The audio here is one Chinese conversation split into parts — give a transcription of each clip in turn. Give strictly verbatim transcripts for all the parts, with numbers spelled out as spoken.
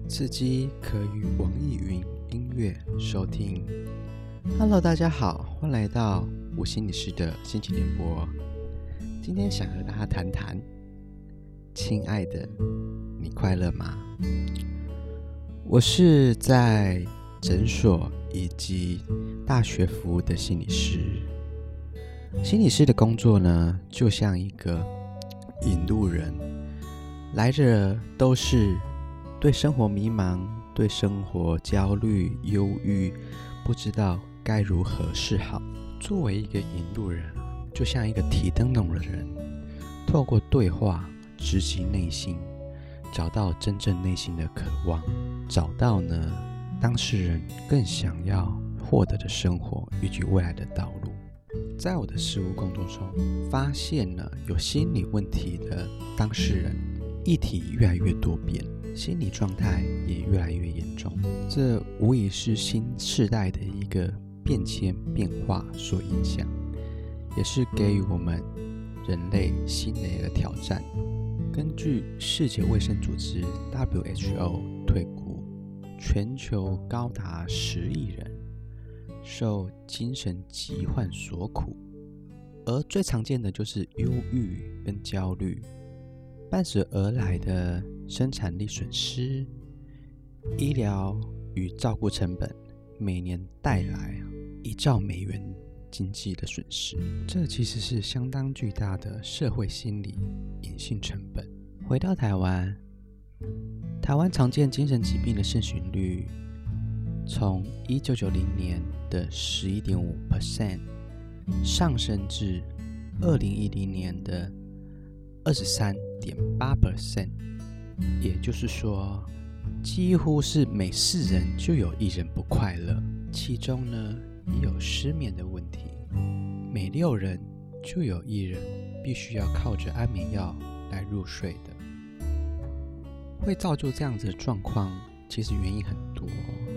刺激可与网易云音乐收听。Hello， 大家好，欢迎来到我心理师的心情联播。今天想和大家谈谈，亲爱的，你快乐吗？我是在诊所以及大学服务的心理师。心理师的工作呢，就像一个引路人，来者都是对生活迷茫，对生活焦虑、忧郁，不知道该如何是好。作为一个引路人，就像一个提灯笼的人，透过对话直击内心，找到真正内心的渴望，找到呢当事人更想要获得的生活以及未来的道路。在我的实务工作中，发现了有心理问题的当事人，议题越来越多变，心理状态也越来越严重。这无疑是新世代的一个变迁变化所影响，也是给予我们人类新的一个挑战。根据世界卫生组织 W H O 推估，全球高达十亿人受精神疾患所苦，而最常见的就是忧郁跟焦虑，伴随而来的生产力损失、医疗与照顾成本，每年带来一兆美元经济的损失。这其实是相当巨大的社会心理隐性成本。回到台湾，台湾常见精神疾病的盛行率从一九九零年的 百分之十一点五 上升至二零一零年的 二十三点八 也就是说，几乎是每四人就有一人不快乐，其中呢也有失眠的问题，每六人就有一人必须要靠着安眠药来入睡的。会造就这样子的状况，其实原因很多。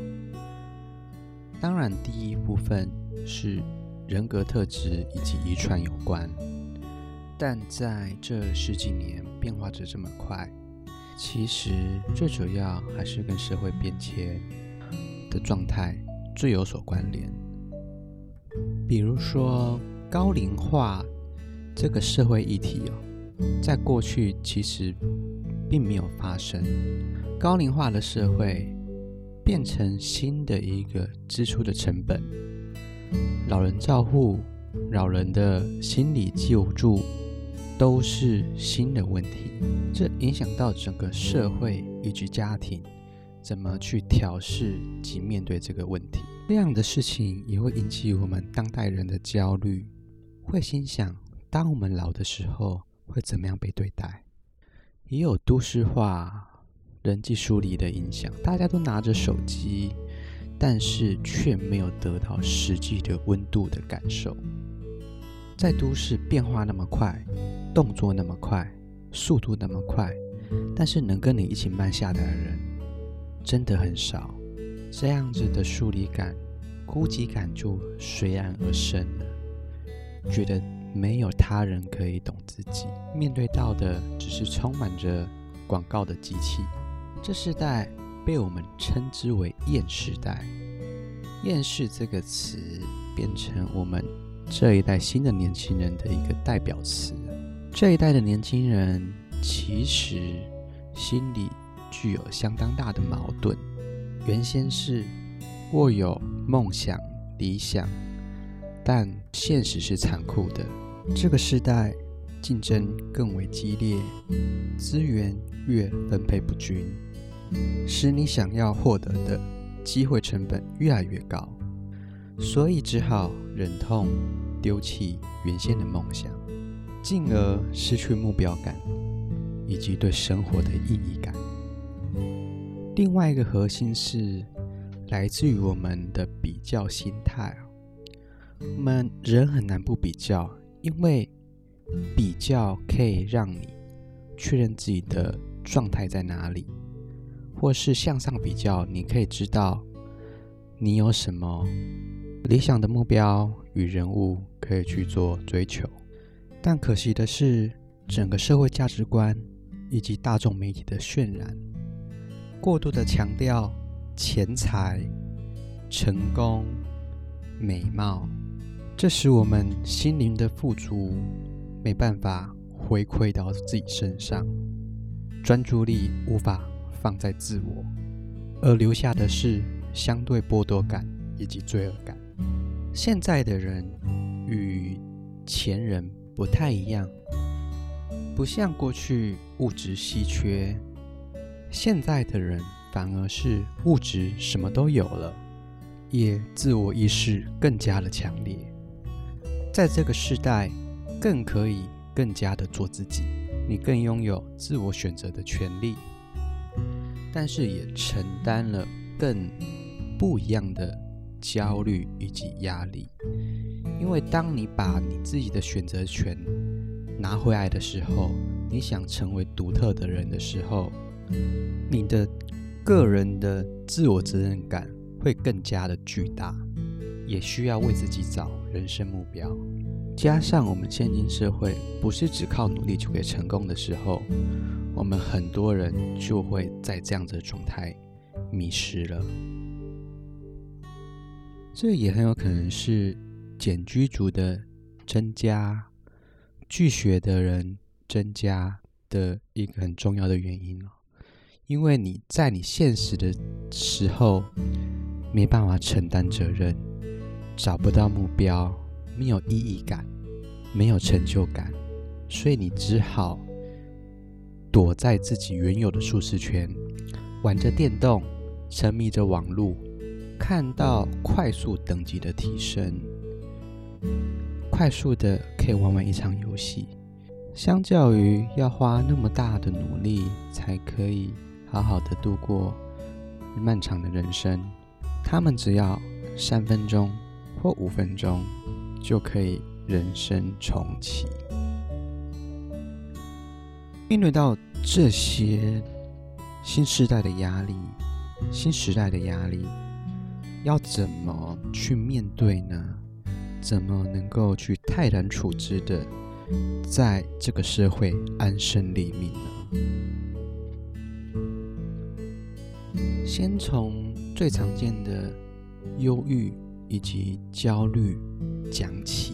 当然，第一部分是人格特质以及遗传有关，但在这十几年变化着这么快，其实最主要还是跟社会变迁的状态最有所关联。比如说高龄化这个社会议题哦，在过去其实并没有发生。高龄化的社会变成新的一个支出的成本，老人照护、老人的心理救助都是新的问题，这影响到整个社会以及家庭怎么去调适及面对这个问题。这样的事情也会引起我们当代人的焦虑，会心想当我们老的时候会怎么样被对待。也有都市化、人际疏离的影响，大家都拿着手机，但是却没有得到实际的温度的感受。在都市变化那么快，动作那么快，速度那么快，但是能跟你一起慢下来的人真的很少，这样子的疏离感、孤寂感就随然而生了，觉得没有他人可以懂自己，面对到的只是充满着广告的机器。这世代被我们称之为厌世代，厌世这个词变成我们这一代新的年轻人的一个代表词。这一代的年轻人其实心里具有相当大的矛盾，原先是握有梦想、理想，但现实是残酷的。这个时代竞争更为激烈，资源越分配不均，使你想要获得的机会成本越来越高，所以只好忍痛丢弃原先的梦想，进而失去目标感以及对生活的意义感。另外一个核心是来自于我们的比较心态。我们人很难不比较，因为比较可以让你确认自己的状态在哪里，或是向上比较，你可以知道你有什么理想的目标与人物可以去做追求。但可惜的是，整个社会价值观以及大众媒体的渲染， 过度的强调钱财、成功、美貌，这使我们心灵的富足没办法回馈到自己身上，专注力无法放在自我，而留下的是相对剥夺感以及罪恶感。现在的人与前人不太一样，不像过去物质稀缺，现在的人反而是物质什么都有了，也自我意识更加的强烈，在这个时代更可以更加的做自己，你更拥有自我选择的权利，但是也承担了更不一样的焦虑以及压力。因为当你把你自己的选择权拿回来的时候，你想成为独特的人的时候，你的个人的自我责任感会更加的巨大，也需要为自己找人生目标。加上我们现今社会不是只靠努力就可以成功的时候，我们很多人就会在这样子的状态迷失了。这也很有可能是简居族的增加、拒学的人增加的一个很重要的原因。因为你在你现实的时候没办法承担责任，找不到目标，没有意义感，没有成就感，所以你只好躲在自己原有的舒适圈，玩着电动，沉迷着网络，看到快速等级的提升，快速的可以玩完一场游戏，相较于要花那么大的努力才可以好好的度过漫长的人生，他们只要三分钟或五分钟就可以人生重启。面对到这些新时代的压力，新时代的压力，要怎么去面对呢？怎么能够去泰然处之的在这个社会安身立命呢？先从最常见的忧郁以及焦虑讲起。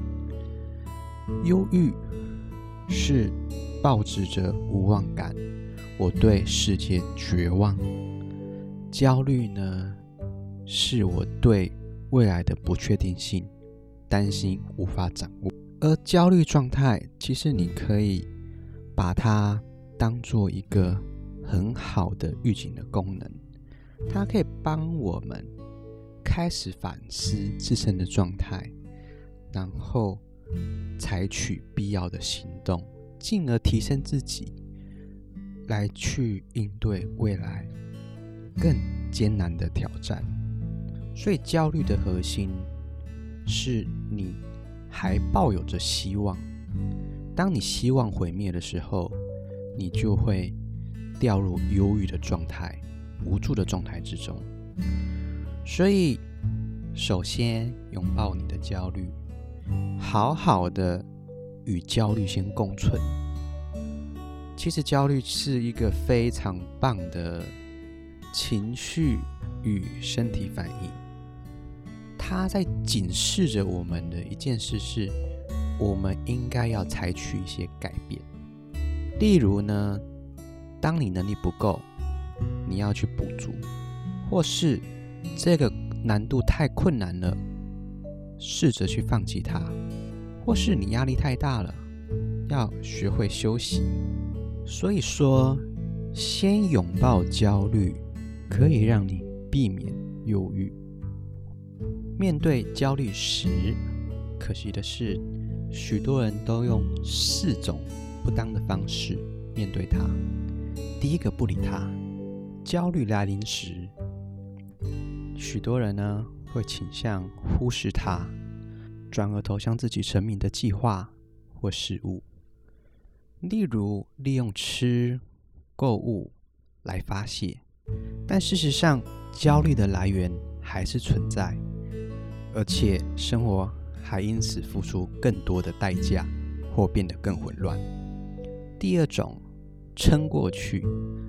忧郁是抱持着无望感，我对世界绝望。焦虑呢，是我对未来的不确定性担心无法掌握。而焦虑状态，其实你可以把它当做一个很好的预警的功能，它可以帮我们开始反思自身的状态，然后采取必要的行动，进而提升自己，来去应对未来更艰难的挑战。所以焦虑的核心是你还抱有着希望，当你希望毁灭的时候，你就会掉入忧郁的状态、无助的状态之中。所以首先拥抱你的焦虑，好好的与焦虑先共存。其实焦虑是一个非常棒的情绪与身体反应，它在警示着我们的一件事是，我们应该要采取一些改变。例如呢，当你能力不够，你要去补足，或是这个难度太困难了，试着去放弃它，或是你压力太大了，要学会休息。所以说，先拥抱焦虑，可以让你避免忧郁。面对焦虑时，可惜的是，许多人都用四种不当的方式面对它。第一个，不理它。焦虑来临时，许多人呢会倾向忽视它，转而投向自己成名的计划或事物。例如，利用吃、购物来发泄，但事实上，焦虑的来源还是存在，而且生活还因此付出更多的代价，或变得更混乱。第二种，撑过去。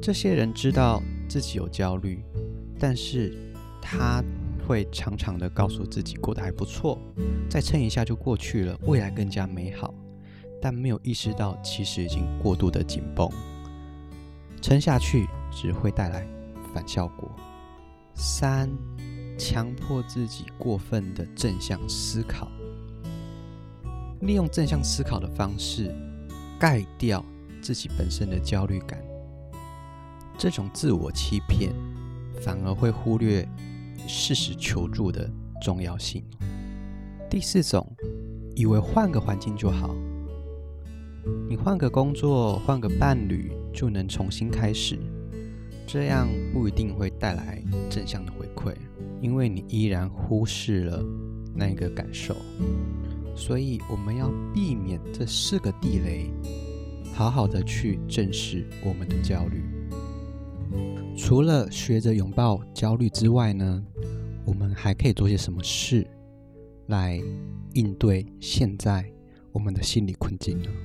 这些人知道自己有焦虑，但是他会常常的告诉自己过得还不错，再撑一下就过去了，未来更加美好，但没有意识到其实已经过度的紧绷，撑下去只会带来反效果。三，强迫自己过分的正向思考，利用正向思考的方式盖掉自己本身的焦虑感，这种自我欺骗反而会忽略适时求助的重要性。第四种，以为换个环境就好，你换个工作，换个伴侣就能重新开始，这样不一定会带来正向的回馈，因为你依然忽视了那个感受。所以我们要避免这四个地雷，好好的去正视我们的焦虑。除了学着拥抱焦虑之外呢，我们还可以做些什么事来应对现在我们的心理困境呢？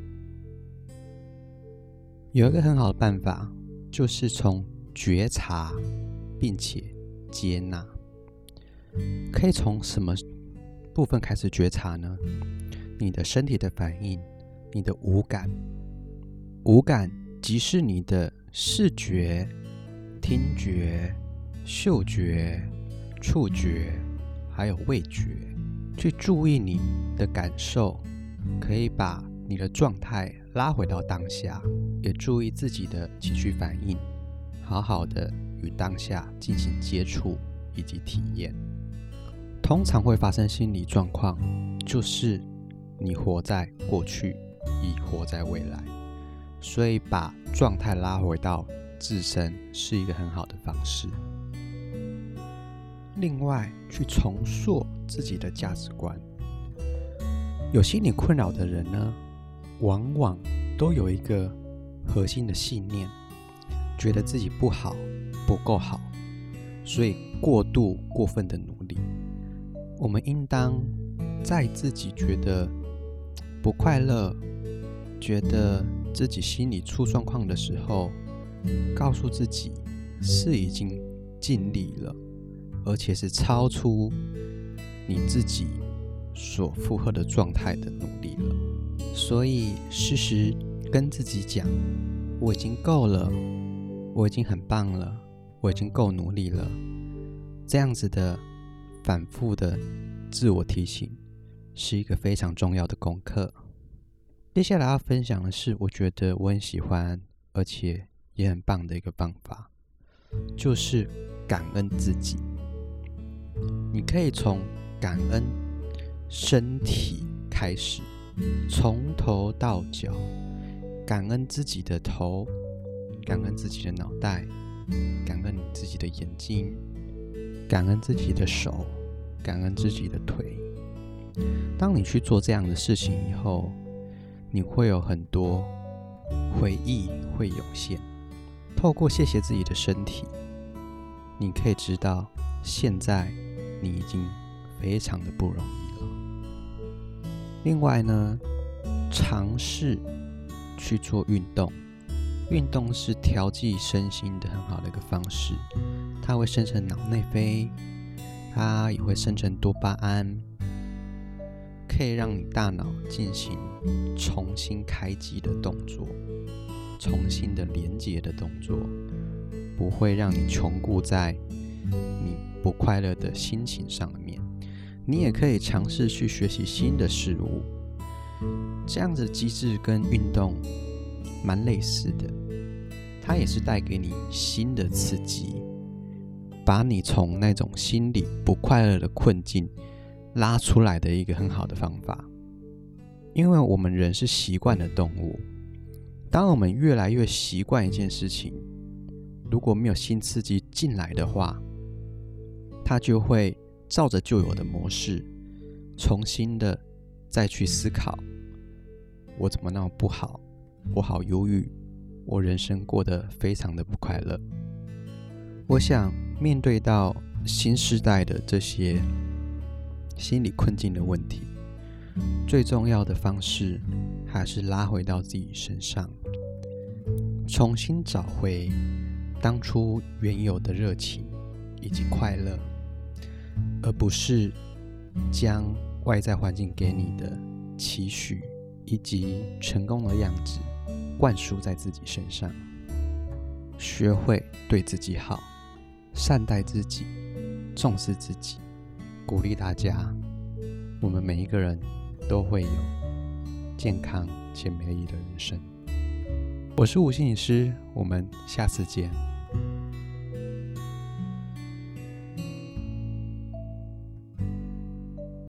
有一个很好的办法，就是从觉察并且接纳。可以从什么部分开始觉察呢？你的身体的反应，你的五感。五感即是你的视觉、听觉、嗅觉、触觉还有味觉，去注意你的感受，可以把你的状态拉回到当下，也注意自己的情绪反应，好好的与当下进行接触以及体验。通常会发生心理状况，就是你活在过去，亦活在未来，所以把状态拉回到自身是一个很好的方式。另外，去重塑自己的价值观。有心理困扰的人呢，往往都有一个核心的信念，觉得自己不好，不够好，所以过度过分的努力。我们应当在自己觉得不快乐，觉得自己心里出状况的时候，告诉自己是已经尽力了，而且是超出你自己所负荷的状态的努力了。所以适时跟自己讲，我已经够了，我已经很棒了，我已经够努力了。这样子的反复的自我提醒是一个非常重要的功课。接下来要分享的是我觉得我很喜欢而且也很棒的一个方法，就是感恩自己。你可以从感恩身体开始，从头到脚，感恩自己的头，感恩自己的脑袋，感恩你自己的眼睛，感恩自己的手，感恩自己的腿。当你去做这样的事情以后，你会有很多回忆会涌现。透过谢谢自己的身体，你可以知道现在你已经非常的不容易了。另外呢，尝试去做运动。运动是调剂身心的很好的一个方式，它会生成脑内啡，它也会生成多巴胺，可以让你大脑进行重新开机的动作，重新的连接的动作，不会让你穷固在你不快乐的心情上面。你也可以尝试去学习新的事物，这样子的机制跟运动蛮类似的，它也是带给你新的刺激，把你从那种心里不快乐的困境拉出来的一个很好的方法。因为我们人是习惯的动物，当我们越来越习惯一件事情，如果没有新刺激进来的话，它就会照着旧有的模式重新的再去思考，我怎么那么不好，我好忧郁，我人生过得非常的不快乐。我想面对到新时代的这些心理困境的问题，最重要的方式还是拉回到自己身上， 重新找回当初原有的热情以及快乐，而不是将外在环境给你的期许以及成功的样子灌输在自己身上。学会对自己好，善待自己，重视自己，鼓励大家，我们每一个人都会有健康且美丽的人生。我是吴心理师，我们下次见。